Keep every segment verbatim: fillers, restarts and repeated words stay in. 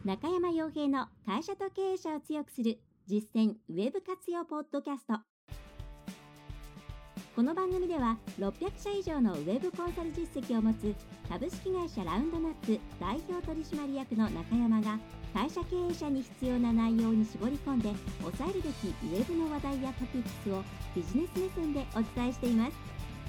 中山洋平の会社と経営者を強くする実践ウェブ活用ポッドキャスト。この番組ではろっぴゃくしゃ以上のウェブコンサル実績を持つ株式会社ラウンドナッツ代表取締役の中山が会社経営者に必要な内容に絞り込んで抑えるべきウェブの話題やトピックスをビジネス目線でお伝えしています。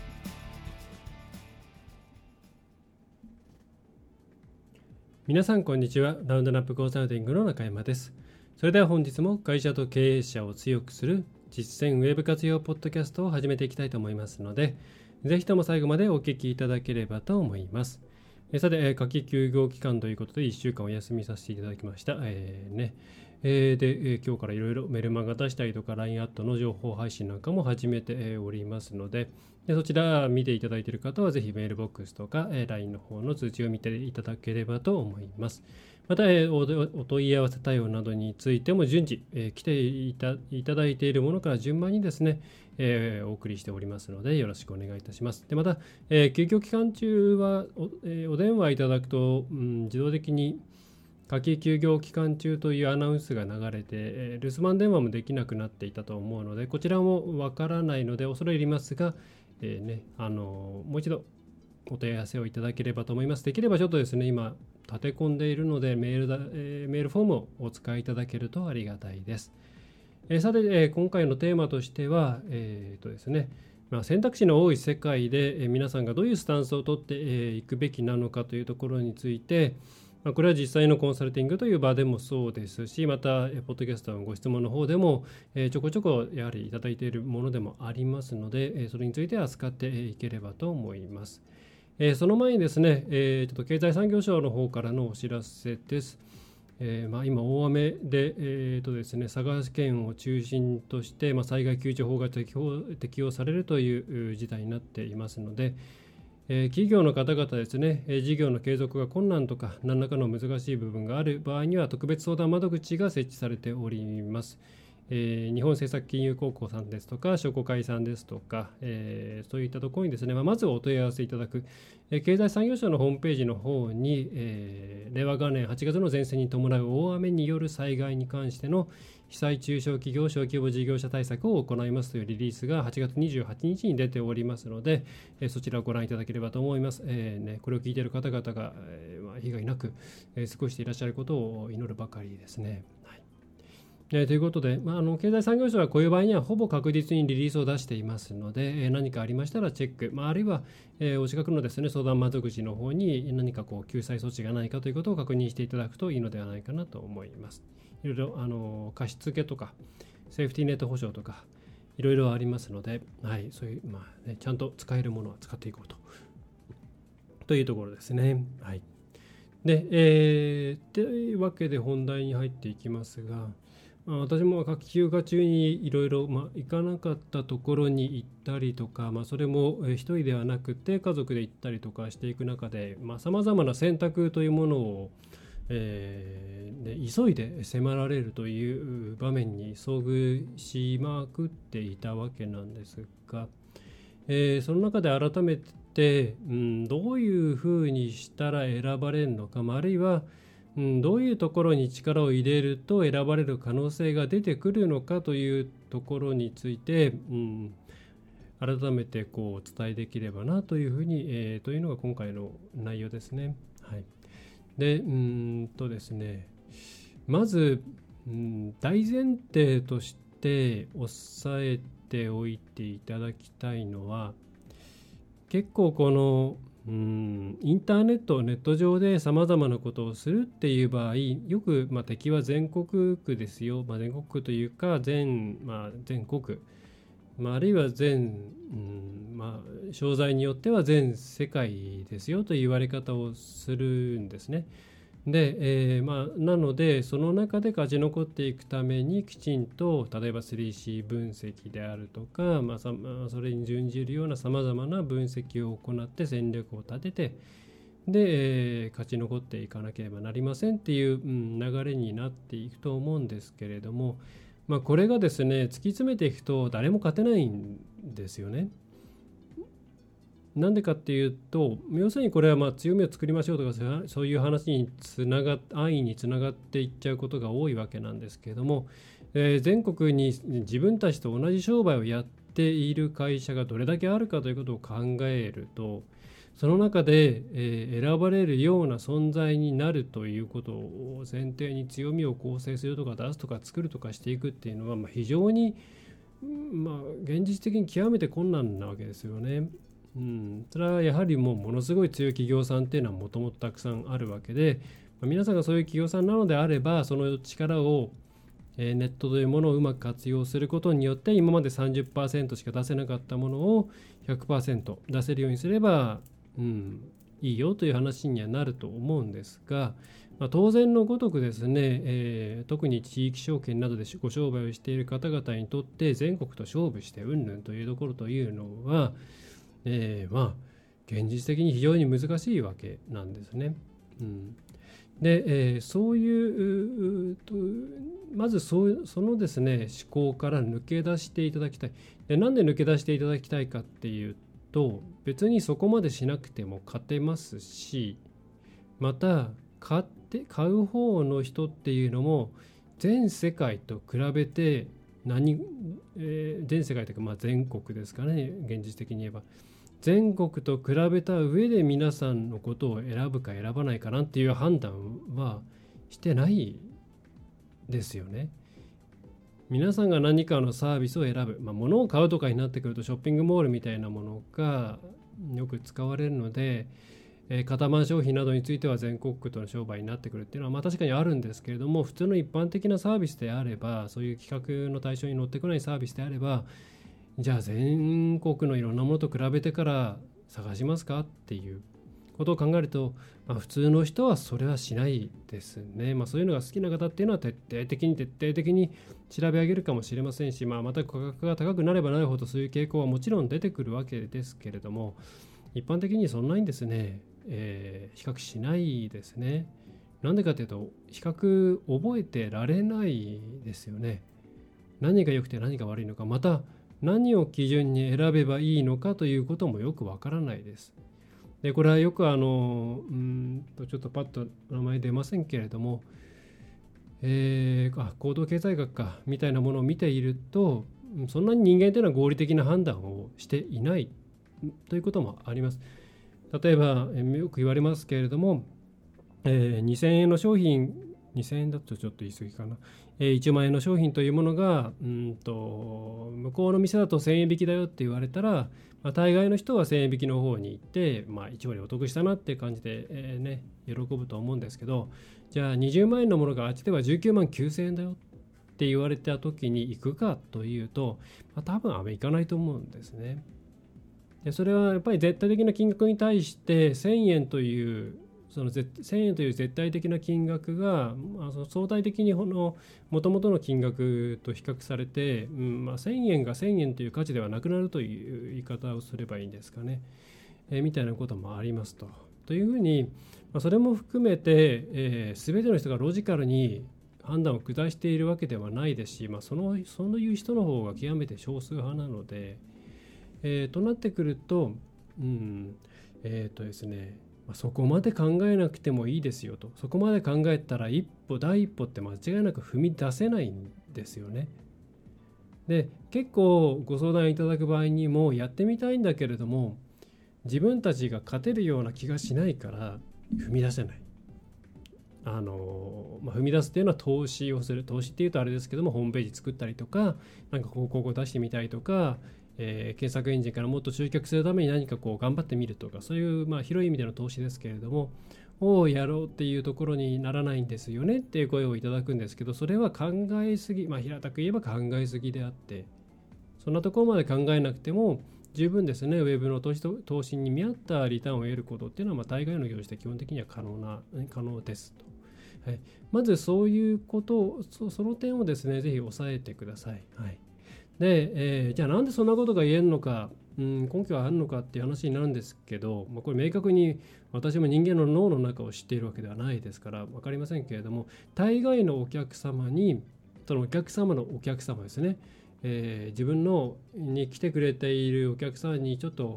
皆さんこんにちは。ラウンドナップコンサルティングの中山です。それでは本日も会社と経営者を強くする実践ウェブ活用ポッドキャストを始めていきたいと思いますので、ぜひとも最後までお聞きいただければと思います。えさて、夏季休業期間ということでいっしゅうかんお休みさせていただきました。えーねえー、で、えー、今日からいろいろメルマガ出したりとか ライン アットの情報配信なんかも始めておりますので、でそちら見ていただいている方はぜひメールボックスとか ライン の方の通知を見ていただければと思います。また、えー、お, お問い合わせ対応などについても順次、えー、来てい た, いただいているものから順番にですね、えー、お送りしておりますのでよろしくお願いいたします。でまた、えー、休業期間中は お,、えー、お電話いただくと、うん、自動的に夏季休業期間中というアナウンスが流れて、えー、留守番電話もできなくなっていたと思うので、こちらもわからないので恐れ入りますが、えーね、あのもう一度お問い合わせをいただければと思います。できればちょっとですね、今立て込んでいるのでメールだ、えー、メールフォームをお使いいただけるとありがたいです。えー、さて、えー、今回のテーマとしては、えーとですねまあ、選択肢の多い世界で、えー、皆さんがどういうスタンスを取ってい、えー、くべきなのかというところについて、まあ、これは実際のコンサルティングという場でもそうですし、またポッドキャストのご質問の方でも、えー、ちょこちょこやはりいただいているものでもありますので、えー、それについて扱っていければと思います。えー、その前にですね、えー、ちょっと経済産業省の方からのお知らせです。えーまあ、今大雨で、えーとですね、佐賀県を中心として、まあ、災害救助法が適用、適用されるという事態になっていますので、えー、企業の方々ですね、えー、事業の継続が困難とか何らかの難しい部分がある場合には特別相談窓口が設置されております。えー、日本政策金融高校さんですとか商工会さんですとか、えー、そういったところにですね、まあ、まずお問い合わせいただく、えー、経済産業省のホームページの方に、えー、令和元年はちがつの前線に伴う大雨による災害に関しての被災中小企業小規模事業者対策を行いますというリリースがはちがつにじゅうはちにちに出ておりますので、えー、そちらをご覧いただければと思います。えーね、これを聞いている方々が、えーまあ、被害なく、えー、過ごしていらっしゃることを祈るばかりですね。はい。えー、ということで、まあ、あの経済産業省はこういう場合にはほぼ確実にリリースを出していますので、えー、何かありましたらチェック、まあ、あるいは、えー、お近くのですね、相談窓口の方に何かこう救済措置がないかということを確認していただくといいのではないかなと思います。いろいろあの貸付とかセーフティーネット保証とかいろいろありますので、はい、そういう、まあね、ちゃんと使えるものは使っていこうとというところですね。はい。で、えー、というわけで本題に入っていきますが、私も夏季休暇中にいろいろ行かなかったところに行ったりとか、まあ、それも一人ではなくて家族で行ったりとかしていく中でさまざまな選択というものを、えー、で急いで迫られるという場面に遭遇しまくっていたわけなんですが、えー、その中で改めて、うん、どういうふうにしたら選ばれるのか、あるいはうん、どういうところに力を入れると選ばれる可能性が出てくるのかというところについて、うん、改めてこうお伝えできればなというふうに、えー、というのが今回の内容ですね。はい、で、うんとですね、まず、うん、大前提として押さえておいていただきたいのは、結構このうんインターネットネット上でさまざまなことをするっていう場合、よく、まあ、敵は全国区ですよ、まあ、全国区というか全、まあ、全国、まあ、あるいは全、うんまあ、商材によっては全世界ですよという言われ方をするんですね。で、えーまあ、なのでその中で勝ち残っていくためにきちんと例えば スリーシー 分析であるとか、まあさまあ、それに準じるようなさまざまな分析を行って戦略を立ててで、えー、勝ち残っていかなければなりませんっていう、うん、流れになっていくと思うんですけれども、まあ、これがですね突き詰めていくと誰も勝てないんですよね。 なんでかっていうと、要するにこれはまあ強みを作りましょうとかそういう話につながっ安易につながっていっちゃうことが多いわけなんですけれども、えー、全国に自分たちと同じ商売をやっている会社がどれだけあるかということを考えると、その中で、えー、選ばれるような存在になるということを前提に強みを構成するとか出すとか作るとかしていくっていうのは、まあ、非常に、まあ、現実的に極めて困難なわけですよね。うん、それはやはりもうものすごい強い企業さんっていうのはもともとたくさんあるわけで、まあ、皆さんがそういう企業さんなのであれば、その力を、えー、ネットというものをうまく活用することによって今まで さんじゅっパーセント しか出せなかったものを ひゃくパーセント 出せるようにすれば、うん、いいよという話にはなると思うんですが、まあ、当然のごとくですね、えー、特に地域証券などでご商売をしている方々にとって全国と勝負してうんぬんというところというのは、えー、まあ現実的に非常に難しいわけなんですね。うん、で、えー、そういうまずそうそのですね思考から抜け出していただきたい。で、なんで抜け出していただきたいかっていうと、別にそこまでしなくても勝てますし、また買って買う方の人っていうのも全世界と比べて何、えー、全世界というかまあ全国ですかね、現実的に言えば全国と比べた上で皆さんのことを選ぶか選ばないかなんていう判断はしてないですよね。皆さんが何かのサービスを選ぶ、まあ、物を買うとかになってくるとショッピングモールみたいなものがよく使われるので、えー、型番商品などについては全国区との商売になってくるっていうのはまあ確かにあるんですけれども、普通の一般的なサービスであれば、そういう企画の対象に乗ってこないサービスであれば、じゃあ全国のいろんなものと比べてから探しますかっていうことを考えると、まあ、普通の人はそれはしないですね。まあ、そういうのが好きな方っていうのは徹底的に徹底的に調べ上げるかもしれませんし、まあ、また価格が高くなればなるほどそういう傾向はもちろん出てくるわけですけれども、一般的にそんなにですね、えー、比較しないですね。なんでかというと、比較覚えてられないですよね。何が良くて何が悪いのか、また何を基準に選べばいいのかということもよくわからないです。で、これはよくあのうんとちょっとパッと名前出ませんけれども、えー、あ行動経済学かみたいなものを見ていると、そんなに人間というのは合理的な判断をしていないということもあります。例えばよく言われますけれども、えー、にせんえんの商品、にせんえんだとちょっと言い過ぎかな、えー、いちまんえんの商品というものがうんと向こうの店だとせんえん引きだよって言われたら、まあ、大概の人はせんえん引きの方に行って、まあ、いち割お得したなっていう感じで、えーね、喜ぶと思うんですけど、じゃあにじゅうまんえんのものがあっちではじゅうきゅうまんきゅうせんえんだよって言われた時に行くかというと、まあ、多分あんまり行かないと思うんですね。でそれはやっぱり絶対的な金額に対してせんえんというそのせんえんという絶対的な金額が、まあ、その相対的にもともとの金額と比較されて、うんまあ、せんえんがせんえんという価値ではなくなるという言い方をすればいいんですかね、えー、みたいなこともありますと。というふうに、まあ、それも含めて、えー、全ての人がロジカルに判断を下しているわけではないですし、まあ、そのそういう人の方が極めて少数派なので、えー、となってくると、うんえーとですねそこまで考えなくてもいいですよと。そこまで考えたら一歩第一歩って間違いなく踏み出せないんですよね。で結構ご相談いただく場合にもやってみたいんだけれども自分たちが勝てるような気がしないから踏み出せない。あのまあ、踏み出すっていうのは投資をする。投資っていうとあれですけども、ホームページ作ったりとか、なんかこう広告を出してみたりとか、えー、検索エンジンからもっと集客するために何かこう頑張ってみるとか、そういうまあ広い意味での投資ですけれどもをやろうっていうところにならないんですよねっていう声をいただくんですけど、それは考えすぎ、まあ平たく言えば考えすぎであって、そんなところまで考えなくても十分ですね。ウェブの投資と投資に見合ったリターンを得ることっていうのはまあ大概の業種で基本的には可能な可能ですと。はい、まずそういうことを そ, その点をですねぜひ押さえてください。はいでえー、じゃあなんでそんなことが言えるのか、うん、根拠はあるのかっていう話になるんですけど、まあ、これ明確に私も人間の脳の中を知っているわけではないですから分かりませんけれども、大概のお客様にそのお客様のお客様ですね、えー、自分のに来てくれているお客さんにちょっと、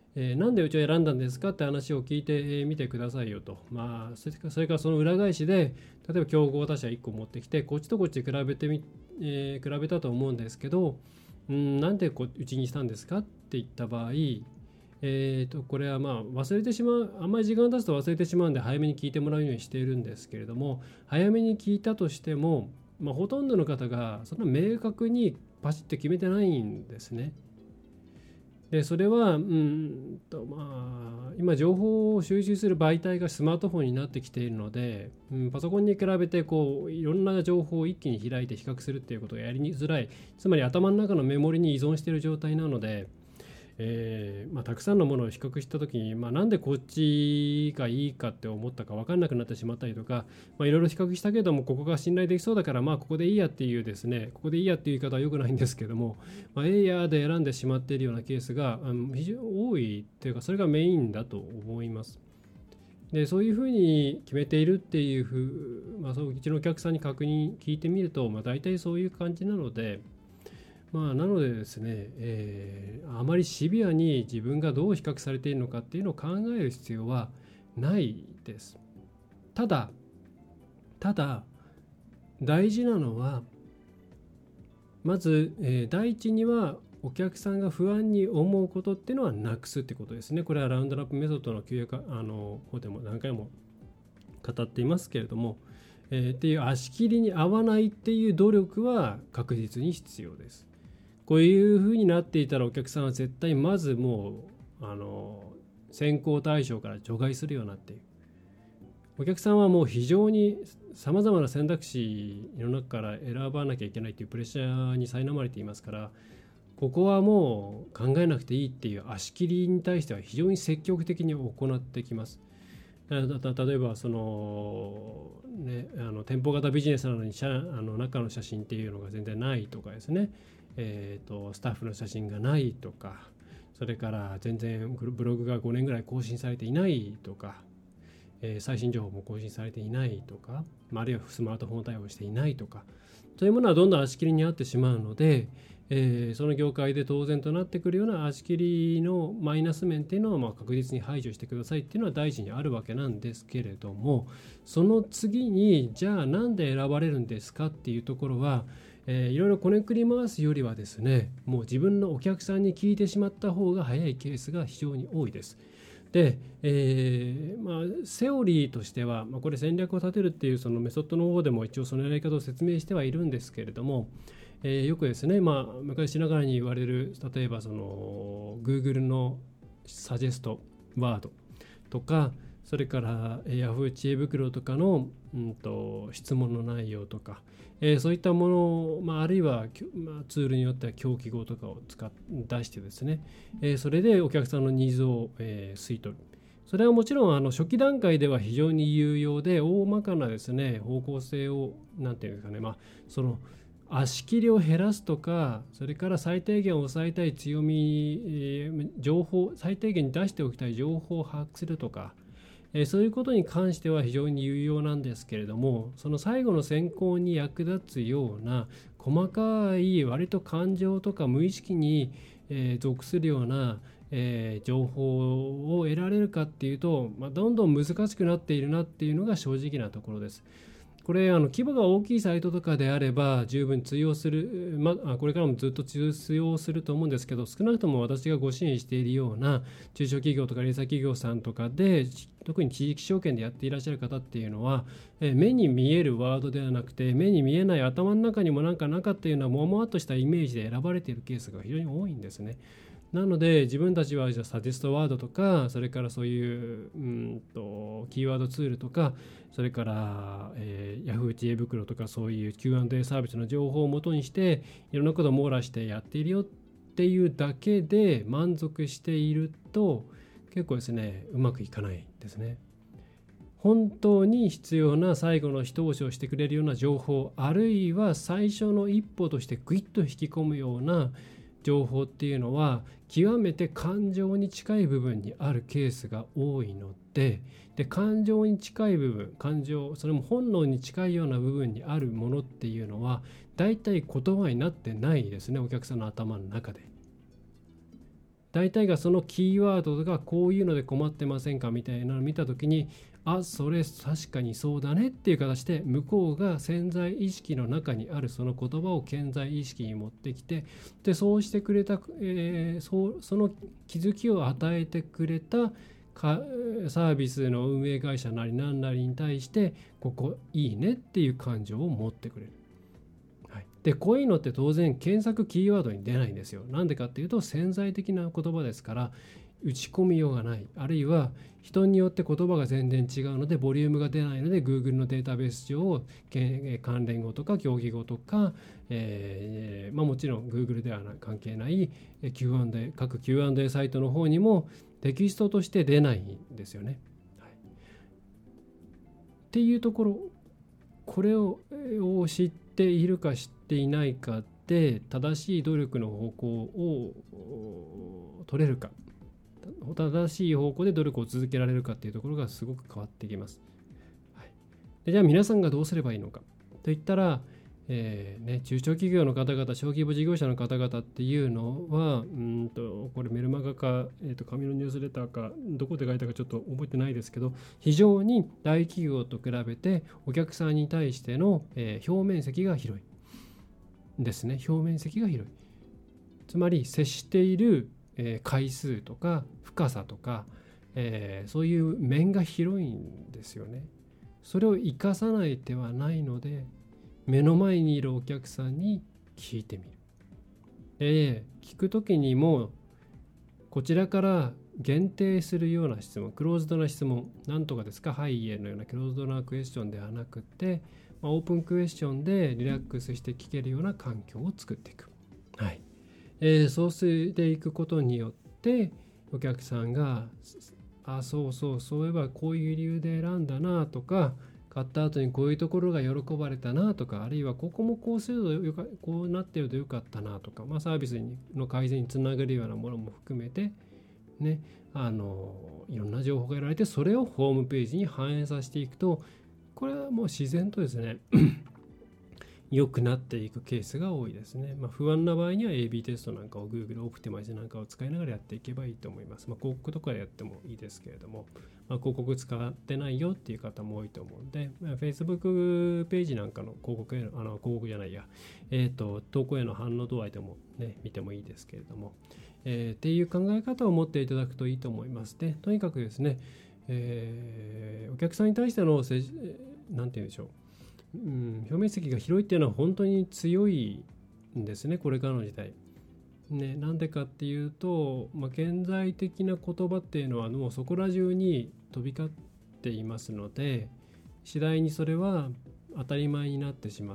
えー、なんでうちを選んだんですかって話を聞いてみてくださいよと、まあ、それからそれからその裏返しで例えば競合他社いっこ持ってきてこっちとこっち比べてみ、えー、比べたと思うんですけど、うん、なんでこうちにしたんですかって言った場合、えー、とこれはまあ忘れてしまう、あんまり時間が経つと忘れてしまうんで早めに聞いてもらうようにしているんですけれども、早めに聞いたとしても、まあ、ほとんどの方がそんな明確にパチッと決めてないんですね。でそれはうんと、まあ、今情報を収集する媒体がスマートフォンになってきているので、うん、パソコンに比べてこういろんな情報を一気に開いて比較するっていうことがやりづらい、つまり頭の中のメモリに依存している状態なので、えーまあ、たくさんのものを比較したときに、まあ、なんでこっちがいいかって思ったか分かんなくなってしまったりとか、まあ、いろいろ比較したけどもここが信頼できそうだからまあここでいいやっていうですね、ここでいいやっていう言い方は良くないんですけども、まあ、エイヤーで選んでしまっているようなケースがあの非常に多いというか、それがメインだと思います。でそういうふうに決めているっていうふう、まあ、そううちのお客さんに確認聞いてみると、まあ、大体そういう感じなので、まあ、なのでですね、えー、あまりシビアに自分がどう比較されているのかっていうのを考える必要はないです。ただ、ただ大事なのは、まず、えー、第一にはお客さんが不安に思うことっていうのはなくすってことですね。これはラウンドラップメソッドの旧約あの方でも何回も語っていますけれども、えー、っていう足切りに合わないっていう努力は確実に必要です。こういう風になっていたらお客さんは絶対まずもうあの選考対象から除外するようになっている。お客さんはもう非常にさまざまな選択肢の中から選ばなきゃいけないというプレッシャーに苛まれていますから、ここはもう考えなくていいっていう足切りに対しては非常に積極的に行ってきます。例えばその、ね、あの店舗型ビジネスなのに社あの中の写真っていうのが全然ないとかですね、えーと、スタッフの写真がないとか、それから全然ブログがごねんぐらい更新されていないとか、えー、最新情報も更新されていないとか、あるいはスマートフォン対応していないとか、というものはどんどん足切りにあってしまうので、えー、その業界で当然となってくるような足切りのマイナス面っていうのはまあ確実に排除してくださいっていうのは大事にあるわけなんですけれども、その次にじゃあなんで選ばれるんですかっていうところは、えー、いろいろこねくり回すよりはですね、もう自分のお客さんに聞いてしまった方が早いケースが非常に多いです。で、えーまあ、セオリーとしては、まあ、これ戦略を立てるっていうそのメソッドの方でも一応そのやり方を説明してはいるんですけれども、えー、よくですね、まあ、昔ながらに言われる、例えばその Google のサジェストワードとか、それから Yahoo 知恵袋とかの、うん、と質問の内容とか、えー、そういったもの、まあ、あるいは、まあ、ツールによっては狂気語とかを使っ出してですね、えー、それでお客さんのニーズを、えー、吸い取る。それはもちろんあの初期段階では非常に有用で、大まかなですね方向性をなんていうんですかね、まあその足切りを減らすとか、それから最低限抑えたい強み、えー、情報最低限に出しておきたい情報を把握するとか、えー、そういうことに関しては非常に有用なんですけれども、その最後の選考に役立つような細かい割と感情とか無意識に、えー、属するような、えー、情報を得られるかっていうと、まあ、どんどん難しくなっているなっていうのが正直なところです。これあの規模が大きいサイトとかであれば十分通用する、まあ、これからもずっと通用すると思うんですけど、少なくとも私がご支援しているような中小企業とか零細企業さんとかで、特に地域証券でやっていらっしゃる方っていうのは、え目に見えるワードではなくて、目に見えない頭の中にもなんかなかったようなもわもわっとしたイメージで選ばれているケースが非常に多いんですね。なので自分たちはじゃあサジェストワードとか、それからそういううんとキーワードツールとか、それから、えー、Yahoo 知恵袋とか、そういう キューアンドエー サービスの情報をもとにしていろんなことを網羅してやっているよっていうだけで満足していると結構ですねうまくいかないですね。本当に必要な最後の一押しをしてくれるような情報、あるいは最初の一歩としてグイッと引き込むような情報っていうのは極めて感情に近い部分にあるケースが多いので、で感情に近い部分、感情、それも本能に近いような部分にあるものっていうのは大体言葉になってないですね、お客さんの頭の中で。 大体がそのキーワードがこういうので困ってませんかみたいなのを見たときに、あ、それ確かにそうだねっていう形で、向こうが潜在意識の中にあるその言葉を顕在意識に持ってきて、でそうしてくれた、えー、そ, その気づきを与えてくれたかサービスの運営会社なり何なりに対して、ここいいねっていう感情を持ってくれる。はい、でこういうのって当然検索キーワードに出ないんですよ。なんでかっていうと、潜在的な言葉ですから打ち込みようがない、あるいは人によって言葉が全然違うのでボリュームが出ないので、 Google のデータベース上関連語とか競技語とか、えーまあ、もちろん Google では関係ない キューアンドエー 各 キューアンドエー サイトの方にもテキストとして出ないんですよね。はい、っていうところ、これを知っているか知っていないかで正しい努力の方向を取れるか、正しい方向で努力を続けられるかっていうところがすごく変わってきます。はい、でじゃあ皆さんがどうすればいいのかといったら、えーね、中小企業の方々、小規模事業者の方々っていうのは、うんとこれメルマガか、えーと紙のニュースレターかどこで書いたかちょっと覚えてないですけど、非常に大企業と比べてお客さんに対しての、えー、表面積が広いですね。表面積が広い。つまり接している回数とか深さとか、えー、そういう面が広いんですよね。それを生かさない手はないので、目の前にいるお客さんに聞いてみる。で聞くときにもこちらから限定するような質問、クローズドな質問、なんとかですか、はいいえのようなクローズドなクエスチョンではなくて、まあ、オープンクエスチョンでリラックスして聞けるような環境を作っていく。はい。えー、そうしていくことによってお客さんが、あ、そうそうそういえばこういう理由で選んだなとか、買った後にこういうところが喜ばれたなとか、あるいはここもこうするとよかこうなってるとよかったなとか、まあ、サービスの改善につながるようなものも含めてね、あのいろんな情報が得られて、それをホームページに反映させていくと、これはもう自然とですね良くなっていくケースが多いですね。まあ、不安な場合には エービー テストなんかを Google オプティマイズなんかを使いながらやっていけばいいと思います。まあ、広告とかでやってもいいですけれども、まあ、広告使ってないよっていう方も多いと思うんで、まあ、Facebook ページなんかの広告への、あの広告じゃないや、えーと、投稿への反応度合いでもね、見てもいいですけれども、えー、っていう考え方を持っていただくといいと思います。で、とにかくですね、えー、お客さんに対しての、なんて言うんでしょう、うん、表面積が広いっていうのは本当に強いんですね、これからの時代。ね、なんでかっていうと、まあ、顕在的な言葉っていうのはもうそこら中に飛び交っていますので、次第にそれは当たり前になってしまって、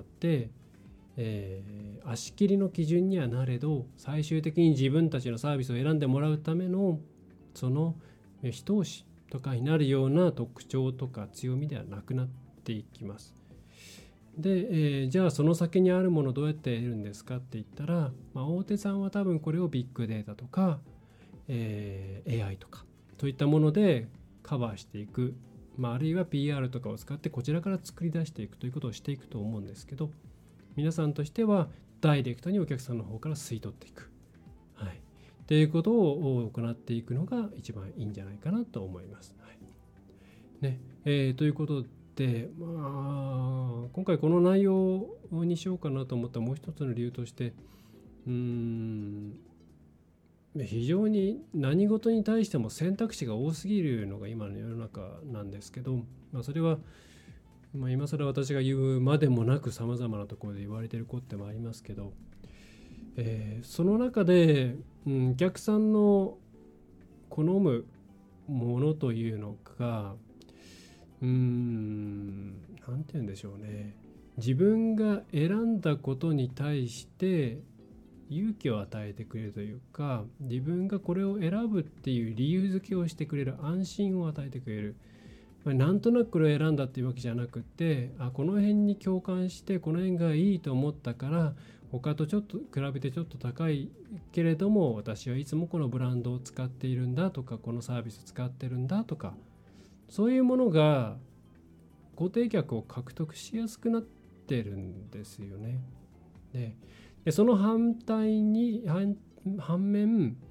えー、足切りの基準にはなれど、最終的に自分たちのサービスを選んでもらうためのその一押しとかになるような特徴とか強みではなくなっていきます。で、えー、じゃあその先にあるものどうやって得るんですかって言ったら、まあ、大手さんは多分これをビッグデータとか、えー、エーアイ とかといったものでカバーしていく、まあ、あるいは ピーアール とかを使ってこちらから作り出していくということをしていくと思うんですけど、皆さんとしてはダイレクトにお客さんの方から吸い取っていく、はい、っていうことを行っていくのが一番いいんじゃないかなと思います。はいねえー、ということででまあ、今回この内容にしようかなと思ったもう一つの理由として、うーん非常に何事に対しても選択肢が多すぎるのが今の世の中なんですけど、まあ、それは、まあ、今更私が言うまでもなくさまざまなところで言われていることもありますけど、えー、その中で、うん、お客さんの好むものというのが、うーんなんて言うんでしょうね、自分が選んだことに対して勇気を与えてくれるというか、自分がこれを選ぶっていう理由付けをしてくれる、安心を与えてくれる、まあ、なんとなくこれを選んだっていうわけじゃなくて、あこの辺に共感してこの辺がいいと思ったから他とちょっと比べてちょっと高いけれども私はいつもこのブランドを使っているんだとか、このサービスを使ってるんだとか、そういうものが固定客を獲得しやすくなってるんですよね。で、でその反対に 反, 反面、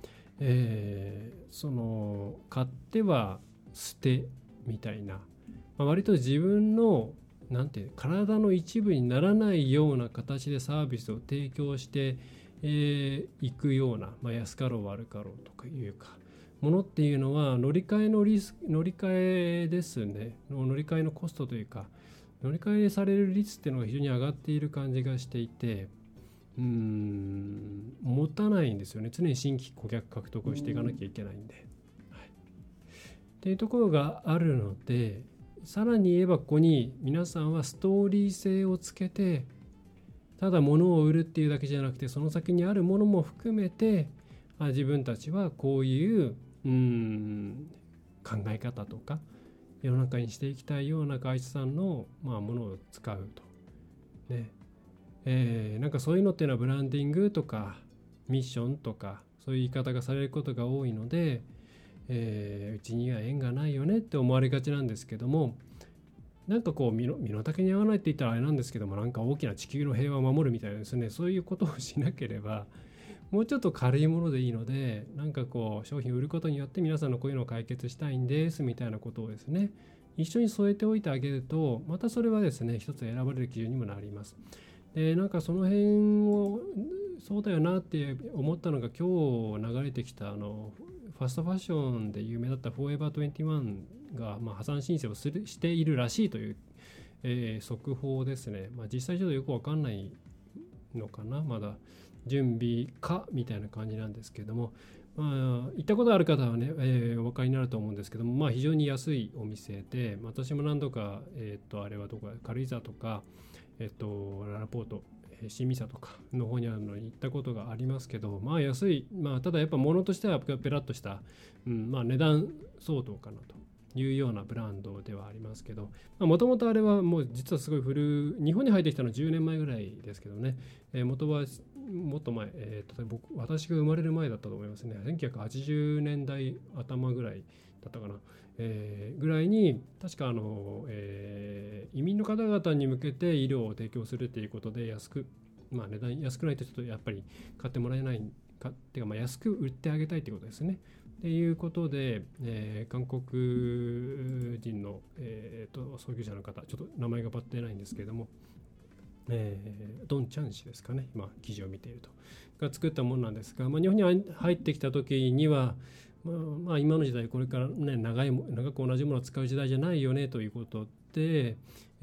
えー、その買っては捨てみたいな、まあ、割と自分のなんて体の一部にならないような形でサービスを提供してい、えー、くような、まあ、安かろう悪かろうとかいうかものっていうのは乗り換えのリス乗り換えですね乗り換えのコストというか乗り換えされる率っていうのが非常に上がっている感じがしていて、うーん持たないんですよね。常に新規顧客獲得をしていかなきゃいけないんで、はい、っていうところがあるので、さらに言えばここに皆さんはストーリー性をつけて、ただ物を売るっていうだけじゃなくてその先にあるものも含めて、あ自分たちはこういううーん考え方とか世の中にしていきたいような会社さんの、まあ、ものを使うとね、えー、なんかそういうのっていうのはブランディングとかミッションとかそういう言い方がされることが多いので、えー、うちには縁がないよねって思われがちなんですけども、なんかこう身の、身の丈に合わないって言ったらあれなんですけども、なんか大きな地球の平和を守るみたいなですね、そういうことをしなければもうちょっと軽いものでいいので、なんかこう商品を売ることによって皆さんのこういうのを解決したいんですみたいなことをですね一緒に添えておいてあげると、またそれはですね一つ選ばれる基準にもなります。でなんかその辺をそうだよなって思ったのが、今日流れてきたあのファストファッションで有名だったフォーエバーにじゅういちが、まあ、破産申請をするしているらしいという、えー、速報ですね。まあ、実際ちょっとよくわかんないのかな、まだ準備かみたいな感じなんですけども、まあ、行ったことある方はね、えー、お分かりになると思うんですけども、まあ、非常に安いお店で、私も何度か、えー、とあれはどこか軽井沢とか、えー、とララポート、新三郷とかの方にあるのに行ったことがありますけど、まあ安い、まあ、ただやっぱ物としてはペラッとした、うんまあ、値段相当かなというようなブランドではありますけど、もともとあれはもう実はすごい古い、日本に入ってきたのはじゅうねんまえぐらいですけどね、えー、元はもっと前、えー、と僕私が生まれる前だったと思いますね。せんきゅうひゃくはちじゅうねんだい頭ぐらいだったかな、えー、ぐらいに確かあの、えー、移民の方々に向けて医療を提供するということで安く、まあ値段安くないとちょっとやっぱり買ってもらえないかっていうか、まあ安く売ってあげたいということですね。ということで、えー、韓国人の、えー、と創業者の方、ちょっと名前がパッと出ないんですけれども、えー、ドン・チャン氏ですかね、今記事を見ているとが作ったものなんですが、まあ、日本に入ってきた時には、まあ、まあ今の時代これから、ね、長い長く同じものを使う時代じゃないよねということで、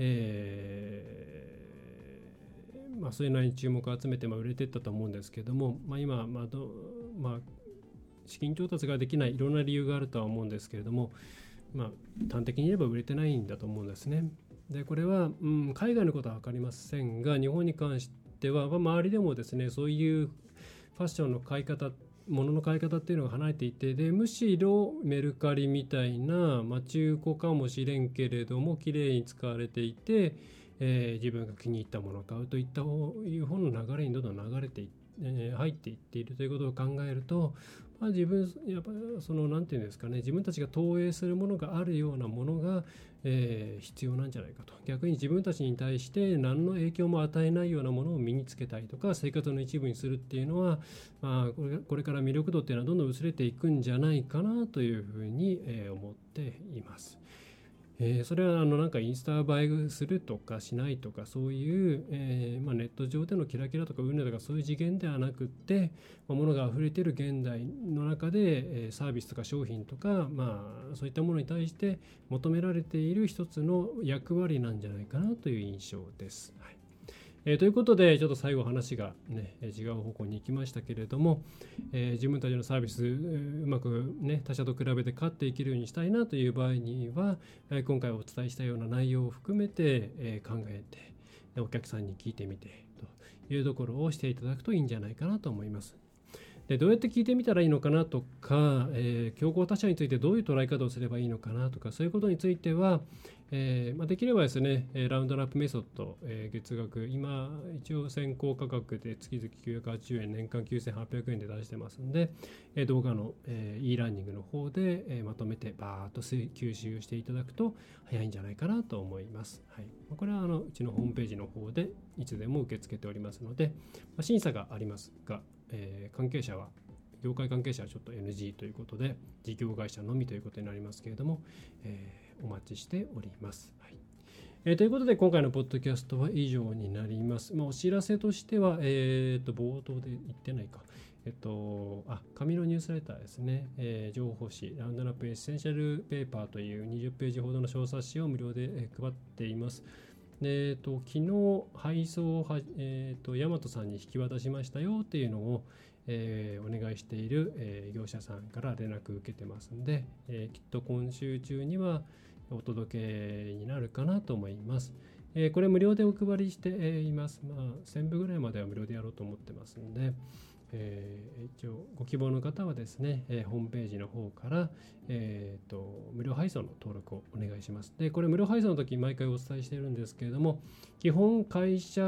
えーまあ、それなりに注目を集めて、まあ、売れていったと思うんですけども、まあ、今、まあどまあ、資金調達ができないいろんな理由があるとは思うんですけれども、まあ、端的に言えば売れてないんだと思うんですね。でこれは、うん、海外のことは分かりませんが、日本に関しては、まあ、周りでもですねそういうファッションの買い方、物の買い方っていうのが離れていて、でむしろメルカリみたいな、まあ、中古かもしれんけれども綺麗に使われていて、えー、自分が気に入ったものを買うといったいう方の流れにどんどん流れていって、えー、入っていっているということを考えると、まあ、自分やっぱそのなんていうんですかね、自分たちが投影するものがあるようなものが、えー、必要なんじゃないかと。逆に自分たちに対して何の影響も与えないようなものを身につけたりとか生活の一部にするっていうのは、まあ、これ、これから魅力度っていうのはどんどん薄れていくんじゃないかなというふうに、えー、思っています。えー、それはあのなんかインスタ映えするとかしないとかそういう、えーまあ、ネット上でのキラキラとか運動とかそういう次元ではなくって、まあ、物が溢れている現代の中で、えー、サービスとか商品とか、まあ、そういったものに対して求められている一つの役割なんじゃないかなという印象です。はい。えー、ということでちょっと最後話が、ね、違う方向に行きましたけれども、えー、自分たちのサービスうまく、ね、他社と比べて勝っていけるようにしたいなという場合には、えー、今回お伝えしたような内容を含めて、えー、考えてお客さんに聞いてみてというところをしていただくといいんじゃないかなと思います。でどうやって聞いてみたらいいのかなとか、えー、競合他社についてどういう捉え方をすればいいのかなとか、そういうことについては、えーまあ、できればですね、ラウンドラップメソッド、えー、月額、今一応先行価格で月々きゅうひゃくはちじゅうえん、年間きゅうせんはっぴゃくえんで出してますので、えー、動画の、えー、e ラーニングの方で、えー、まとめてバーッと吸収していただくと早いんじゃないかなと思います。はい、これはあのうちのホームページの方でいつでも受け付けておりますので、まあ、審査がありますが、えー、関係者は業界関係者はちょっと エヌジー ということで、事業会社のみということになりますけれども、えー、お待ちしております。はい。えー、ということで今回のポッドキャストは以上になります。まあ、お知らせとしては、えー、と冒頭で言ってないか、えっと、あ紙のニュースレターですね、えー、情報誌ラウンドナップエッセンシャルペーパーというにじゅっページほどの小冊子を無料で配っています。でえっと、昨日配送をは、えー、と大和さんに引き渡しましたよっていうのを、えー、お願いしている、えー、業者さんから連絡受けてますんで、えー、きっと今週中にはお届けになるかなと思います。えー、これ無料でお配りしています。まあ、せんぶぐらいまでは無料でやろうと思ってますんで、えー、一応ご希望の方はですね、えー、ホームページの方から、えー、と無料配送の登録をお願いします。で、これ無料配送の時毎回お伝えしているんですけれども、基本会社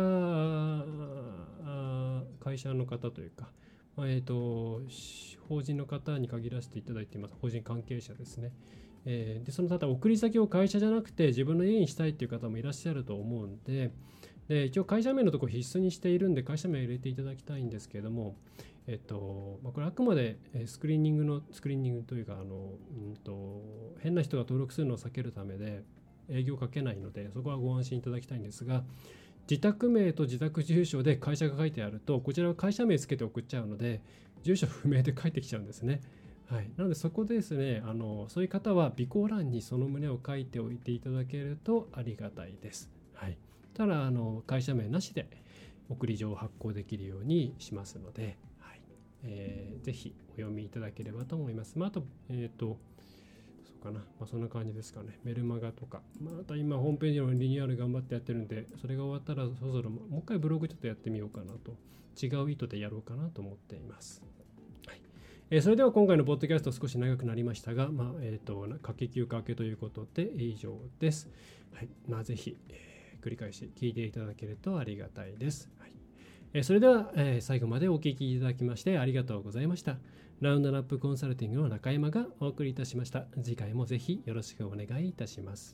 会社の方というか、えー、と法人の方に限らせていただいています。法人関係者ですね。えー、でそのただ送り先を会社じゃなくて自分の家にしたいっていう方もいらっしゃると思うんで、で一応会社名のところ必須にしているんで会社名を入れていただきたいんですけれども、えっとまあ、これあくまでスクリーニングのスクリーニングというかあの、うん、と変な人が登録するのを避けるためで営業かけないのでそこはご安心いただきたいんですが、自宅名と自宅住所で会社が書いてあるとこちらは会社名つけて送っちゃうので住所不明で返ってきちゃうんですね。はい、なのでそこでですね、あのそういう方は備考欄にその旨を書いておいていただけるとありがたいです。はい、ただあの会社名なしで送り状を発行できるようにしますので、はいえー、ぜひお読みいただければと思います。まあ、あと、えっと、そうかな、まあ、そんな感じですかね。メルマガとか、また今ホームページのリニューアル頑張ってやってるんで、それが終わったらそろそろもう一回ブログちょっとやってみようかなと、違う意図でやろうかなと思っています。えー、それでは今回のポッドキャスト少し長くなりましたが、まあえー、と夏季休暇明けということで以上です。はいまあ、ぜひ、えー、繰り返し聞いていただけるとありがたいです。はいえー、それでは、えー、最後までお聞きいただきましてありがとうございました。ラウンドナップコンサルティングの中山がお送りいたしました。次回もぜひよろしくお願いいたします。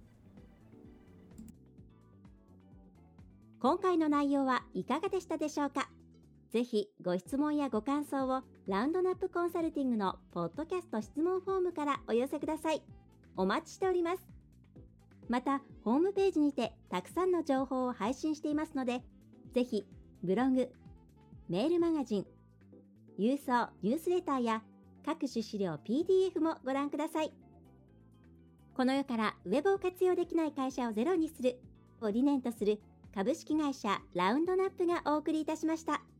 今回の内容はいかがでしたでしょうか。ぜひご質問やご感想をラウンドナップコンサルティングのポッドキャスト質問フォームからお寄せください。お待ちしております。またホームページにてたくさんの情報を配信していますので、ぜひブログ、メールマガジン、郵送ニュースレターや各種資料 ピーディーエフ もご覧ください。この世からウェブを活用できない会社をゼロにするを理念とする株式会社ラウンドナップがお送りいたしました。